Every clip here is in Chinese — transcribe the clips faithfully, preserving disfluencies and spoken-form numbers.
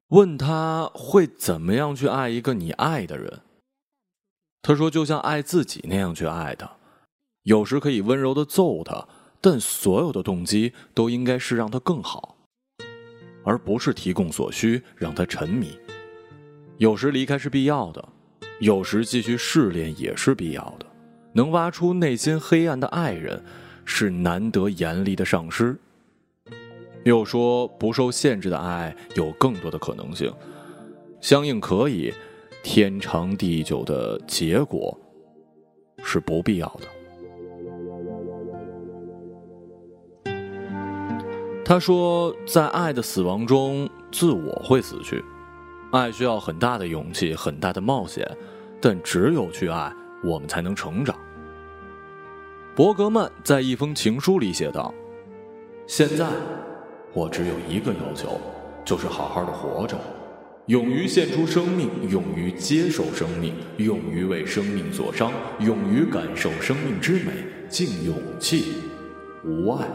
问他会怎么样去爱一个你爱的人。他说就像爱自己那样去爱他，有时可以温柔地揍他，但所有的动机都应该是让他更好，而不是提供所需让他沉迷。有时离开是必要的，有时继续试炼也是必要的。能挖出内心黑暗的爱人，是难得严厉的上师。又说不受限制的爱有更多的可能性，相应可以天长地久的结果是不必要的。他说在爱的死亡中，自我会死去，爱需要很大的勇气，很大的冒险，但只有去爱，我们才能成长。伯格曼在一封情书里写道，现在我只有一个要求，就是好好的活着，勇于献出生命，勇于接受生命，勇于为生命所伤，勇于感受生命之美，尽勇气，无爱。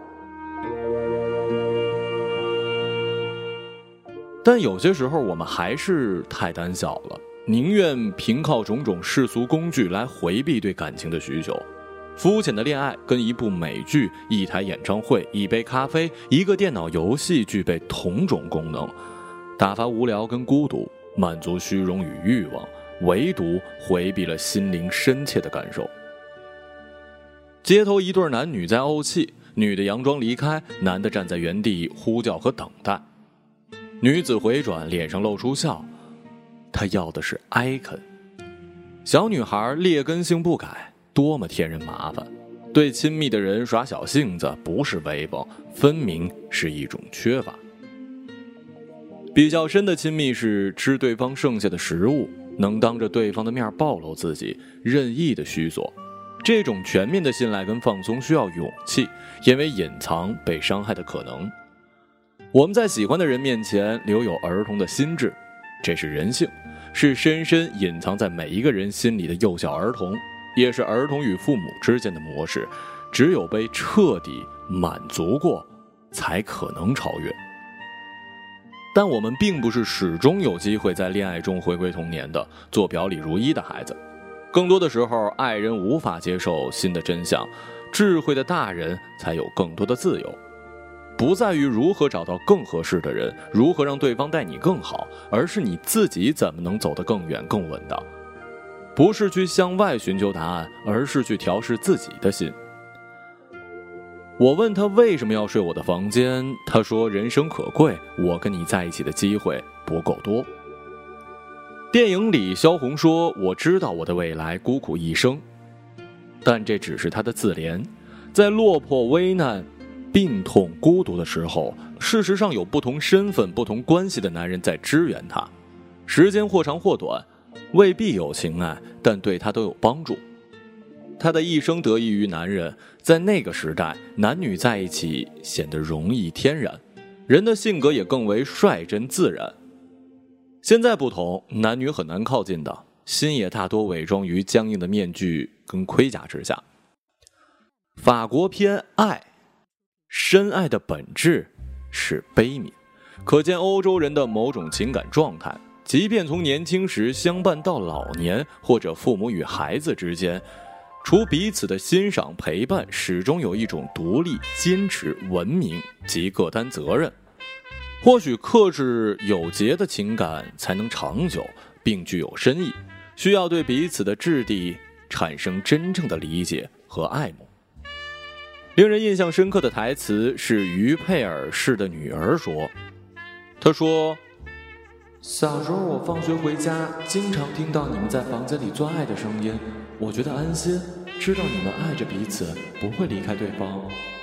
但有些时候我们还是太胆小了，宁愿凭靠种种世俗工具来回避对感情的需求。肤浅的恋爱跟一部美剧、一台演唱会、一杯咖啡、一个电脑游戏具备同种功能，打发无聊跟孤独，满足虚荣与欲望，唯独回避了心灵深切的感受。街头一对男女在怄气，女的佯装离开，男的站在原地呼叫和等待。女子回转，脸上露出笑，她要的是哀肯。小女孩劣根性不改，多么添人麻烦。对亲密的人耍小性子，不是威风，分明是一种缺乏。比较深的亲密是吃对方剩下的食物，能当着对方的面暴露自己，任意的虚索。这种全面的信赖跟放松需要勇气，因为隐藏被伤害的可能。我们在喜欢的人面前留有儿童的心智，这是人性，是深深隐藏在每一个人心里的幼小儿童，也是儿童与父母之间的模式，只有被彻底满足过，才可能超越。但我们并不是始终有机会在恋爱中回归童年的，做表里如一的孩子。更多的时候，爱人无法接受新的真相，智慧的大人才有更多的自由。不在于如何找到更合适的人，如何让对方待你更好，而是你自己怎么能走得更远更稳当。不是去向外寻求答案，而是去调试自己的心。我问他为什么要睡我的房间，他说人生可贵，我跟你在一起的机会不够多。电影里萧红说，我知道我的未来孤苦一生，但这只是他的自怜。在落魄危难病痛孤独的时候，事实上有不同身份不同关系的男人在支援他，时间或长或短，未必有情爱，但对他都有帮助。他的一生得益于男人，在那个时代，男女在一起显得容易天然，人的性格也更为率真自然。现在不同，男女很难靠近的，心也大多伪装于僵硬的面具跟盔甲之下。法国篇爱，深爱的本质是悲悯，可见欧洲人的某种情感状态，即便从年轻时相伴到老年，或者父母与孩子之间，除彼此的欣赏陪伴，始终有一种独立、坚持、文明及各担责任。或许克制有节的情感才能长久，并具有深意，需要对彼此的质地产生真正的理解和爱慕。令人印象深刻的台词是于佩尔士的女儿说，她说，小时候我放学回家，经常听到你们在房间里做爱的声音，我觉得安心，知道你们爱着彼此，不会离开对方。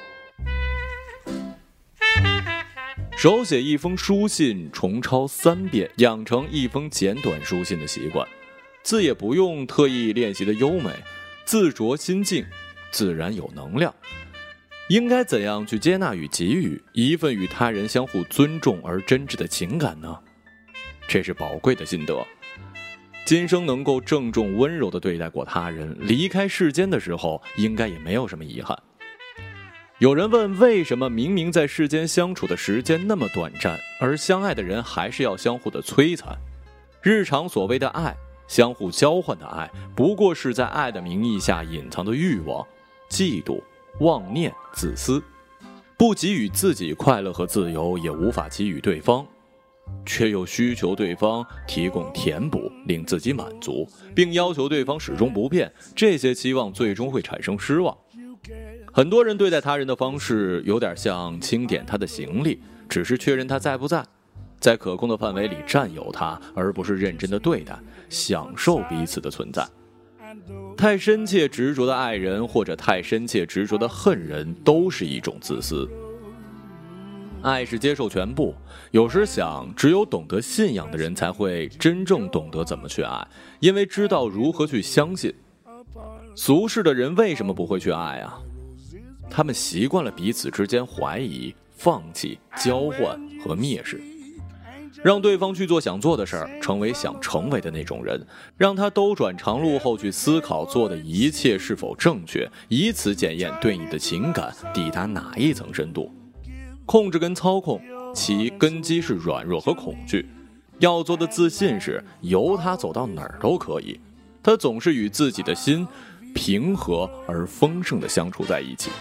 手写一封书信重抄三遍，养成一封简短书信的习惯，字也不用特意练习的优美，自着心境，自然有能量。应该怎样去接纳与给予一份与他人相互尊重而真挚的情感呢？这是宝贵的心得。今生能够郑重温柔地对待过他人，离开世间的时候应该也没有什么遗憾。 有人问，为什么明明在世间相处的时间那么短暂，而相爱的人还是要相互的摧残？日常所谓的爱，相互交换的爱，不过是在爱的名义下隐藏的欲望、嫉妒、妄念、自私，不给予自己快乐和自由，也无法给予对方，却又需求对方提供填补，令自己满足，并要求对方始终不变，这些期望最终会产生失望。很多人对待他人的方式有点像清点他的行李，只是确认他在不在，在可控的范围里占有他，而不是认真的对待，享受彼此的存在。太深切执着的爱人，或者太深切执着的恨人，都是一种自私。爱是接受全部，有时想，只有懂得信仰的人才会真正懂得怎么去爱，因为知道如何去相信。俗世的人为什么不会去爱啊？他们习惯了彼此之间怀疑、放弃、交换和蔑视，让对方去做想做的事儿，成为想成为的那种人，让他兜转长路后去思考做的一切是否正确，以此检验对你的情感抵达哪一层深度。控制跟操控，其根基是软弱和恐惧。要做的自信是由他走到哪儿都可以，他总是与自己的心平和而丰盛地相处在一起。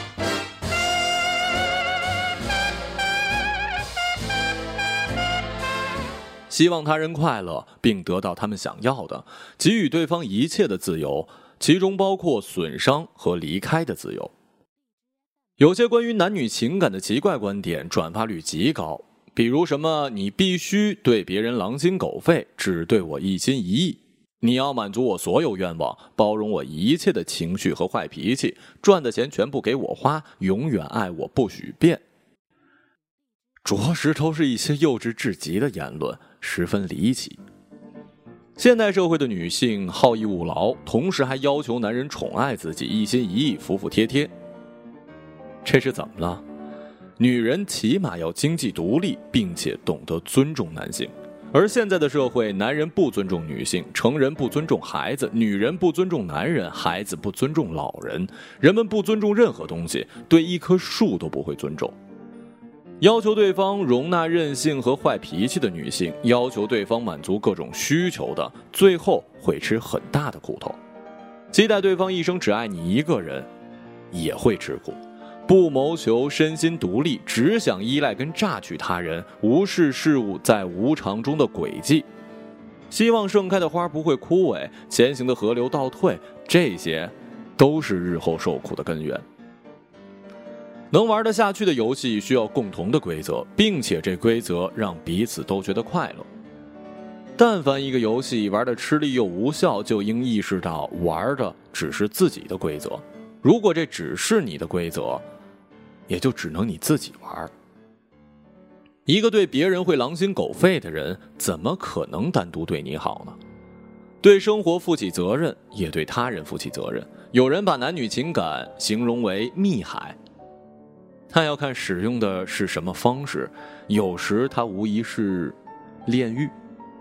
希望他人快乐，并得到他们想要的，给予对方一切的自由，其中包括损伤和离开的自由。有些关于男女情感的奇怪观点转发率极高，比如什么你必须对别人狼心狗肺，只对我一心一意，你要满足我所有愿望，包容我一切的情绪和坏脾气，赚的钱全部给我花，永远爱我不许变。着实都是一些幼稚至极的言论，十分离奇。现代社会的女性好逸恶劳，同时还要求男人宠爱自己，一心一意，服服帖帖。这是怎么了？女人起码要经济独立，并且懂得尊重男性。而现在的社会，男人不尊重女性，成人不尊重孩子，女人不尊重男人，孩子不尊重老人，人们不尊重任何东西，对一棵树都不会尊重。要求对方容纳任性和坏脾气的女性，要求对方满足各种需求的，最后会吃很大的苦头。期待对方一生只爱你一个人，也会吃苦。不谋求身心独立，只想依赖跟榨取他人，无视事物在无常中的轨迹。希望盛开的花不会枯萎，前行的河流倒退，这些都是日后受苦的根源。能玩得下去的游戏需要共同的规则，并且这规则让彼此都觉得快乐。但凡一个游戏玩得吃力又无效，就应意识到玩的只是自己的规则。如果这只是你的规则，也就只能你自己玩。一个对别人会狼心狗肺的人，怎么可能单独对你好呢？对生活负起责任，也对他人负起责任。有人把男女情感形容为密海，他要看使用的是什么方式，有时他无疑是炼狱。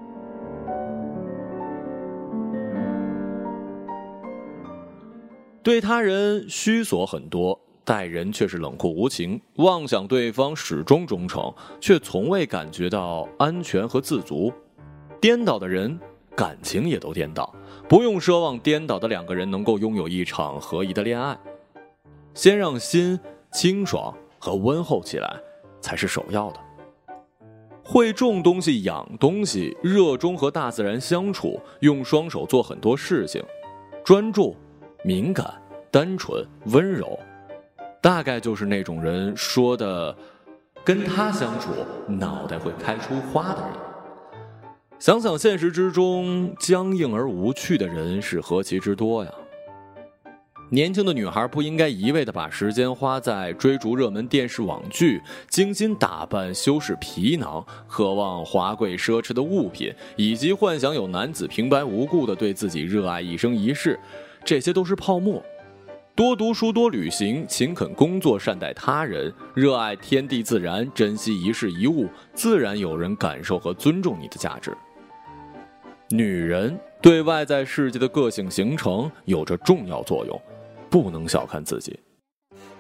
对他人需索很多，待人却是冷酷无情，妄想对方始终忠诚，却从未感觉到安全和自足。颠倒的人，感情也都颠倒，不用奢望颠倒的两个人能够拥有一场合宜的恋爱。先让心清爽和温厚起来，才是首要的。会种东西养东西，热衷和大自然相处，用双手做很多事情，专注、敏感、单纯、温柔，大概就是那种人说的跟他相处脑袋会开出花的人。想想现实之中僵硬而无趣的人是何其之多呀。年轻的女孩不应该一味地把时间花在追逐热门电视网剧，精心打扮修饰皮囊，渴望华贵奢侈的物品，以及幻想有男子平白无故地对自己热爱一生一世，这些都是泡沫。多读书，多旅行，勤恳工作，善待他人，热爱天地自然，珍惜一事一物，自然有人感受和尊重你的价值。女人对外在世界的个性形成有着重要作用，不能小看自己。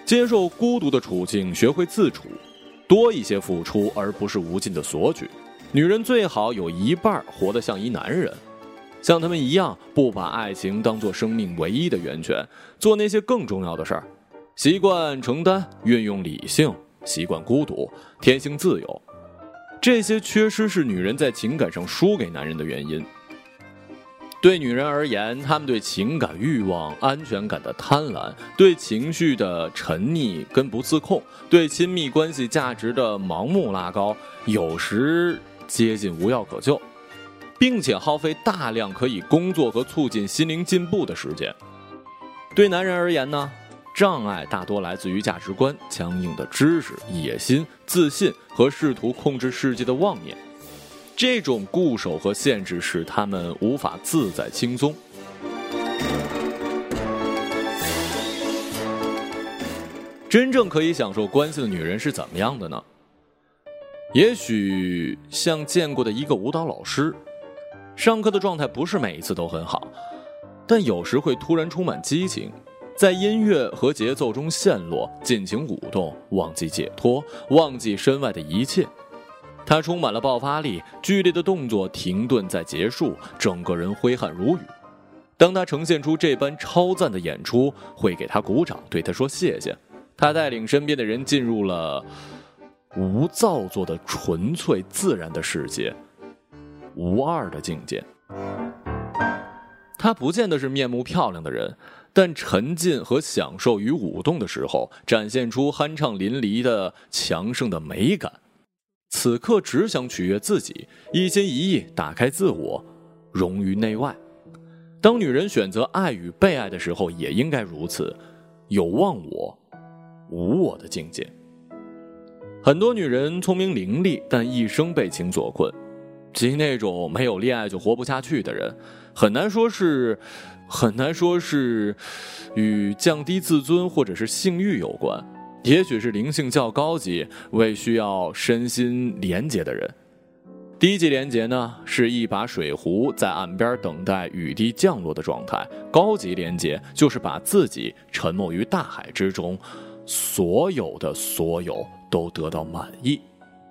接受孤独的处境，学会自处，多一些付出，而不是无尽的索取。女人最好有一半活得像一男人，像他们一样，不把爱情当作生命唯一的源泉，做那些更重要的事儿，习惯承担，运用理性，习惯孤独，天性自由。这些缺失是女人在情感上输给男人的原因。对女人而言，她们对情感欲望、安全感的贪婪，对情绪的沉溺跟不自控，对亲密关系价值的盲目拉高，有时接近无药可救，并且耗费大量可以工作和促进心灵进步的时间。对男人而言呢，障碍大多来自于价值观、强硬的知识、野心、自信和试图控制世界的妄念。这种固守和限制使他们无法自在轻松。真正可以享受关系的女人是怎么样的呢？也许像见过的一个舞蹈老师，上课的状态不是每一次都很好，但有时会突然充满激情，在音乐和节奏中陷落，尽情舞动，忘记解脱，忘记身外的一切。他充满了爆发力，剧烈的动作停顿再结束，整个人挥汗如雨。当他呈现出这般超赞的演出，会给他鼓掌，对他说谢谢。他带领身边的人进入了无造作的纯粹自然的世界，无二的境界。他不见得是面目漂亮的人，但沉浸和享受于舞动的时候，展现出酣畅淋漓的强盛的美感。此刻只想取悦自己，一心一意打开自我，融于内外。当女人选择爱与被爱的时候，也应该如此，有忘我无我的境界。很多女人聪明伶俐，但一生被情所困，即那种没有恋爱就活不下去的人，很难说是很难说是与降低自尊或者是性欲有关，也许是灵性较高级，为需要身心连结的人。低级连结呢，是一把水壶在岸边等待雨滴降落的状态，高级连结就是把自己沉没于大海之中，所有的所有都得到满意。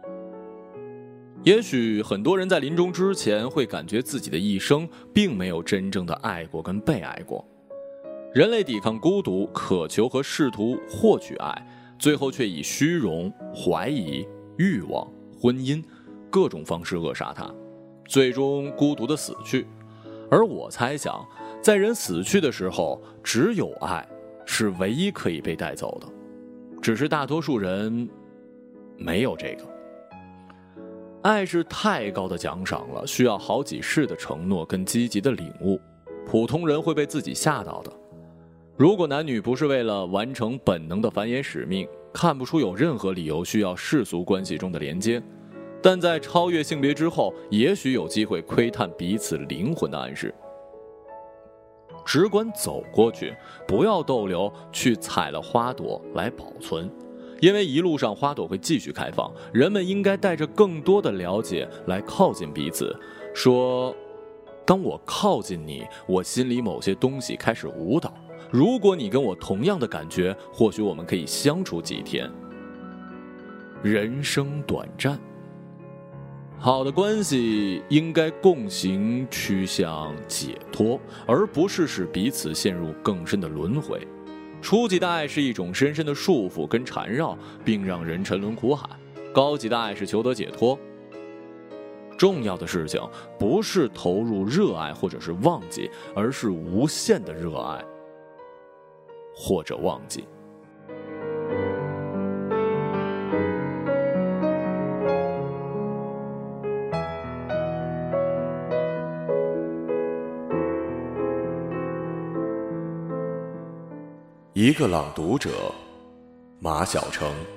也许很多人在临终之前会感觉自己的一生并没有真正的爱过跟被爱过。人类抵抗孤独，渴求和试图获取爱，最后却以虚荣、怀疑、欲望、婚姻各种方式扼杀他，最终孤独的死去。而我猜想，在人死去的时候，只有爱是唯一可以被带走的，只是大多数人没有这个。爱是太高的奖赏了，需要好几世的承诺跟积极的领悟，普通人会被自己吓到的。如果男女不是为了完成本能的繁衍使命，看不出有任何理由需要世俗关系中的连接，但在超越性别之后，也许有机会窥探彼此灵魂的暗示。只管走过去，不要逗留去采了花朵来保存，因为一路上花朵会继续开放。人们应该带着更多的了解来靠近彼此，说当我靠近你，我心里某些东西开始舞蹈，如果你跟我同样的感觉，或许我们可以相处几天。人生短暂，好的关系应该共行趋向解脱，而不是使彼此陷入更深的轮回。初级的爱是一种深深的束缚跟缠绕，并让人沉沦苦海。高级的爱是求得解脱。重要的事情不是投入热爱或者是忘记，而是无限的热爱或者忘记。 一个朗读者，马晓成。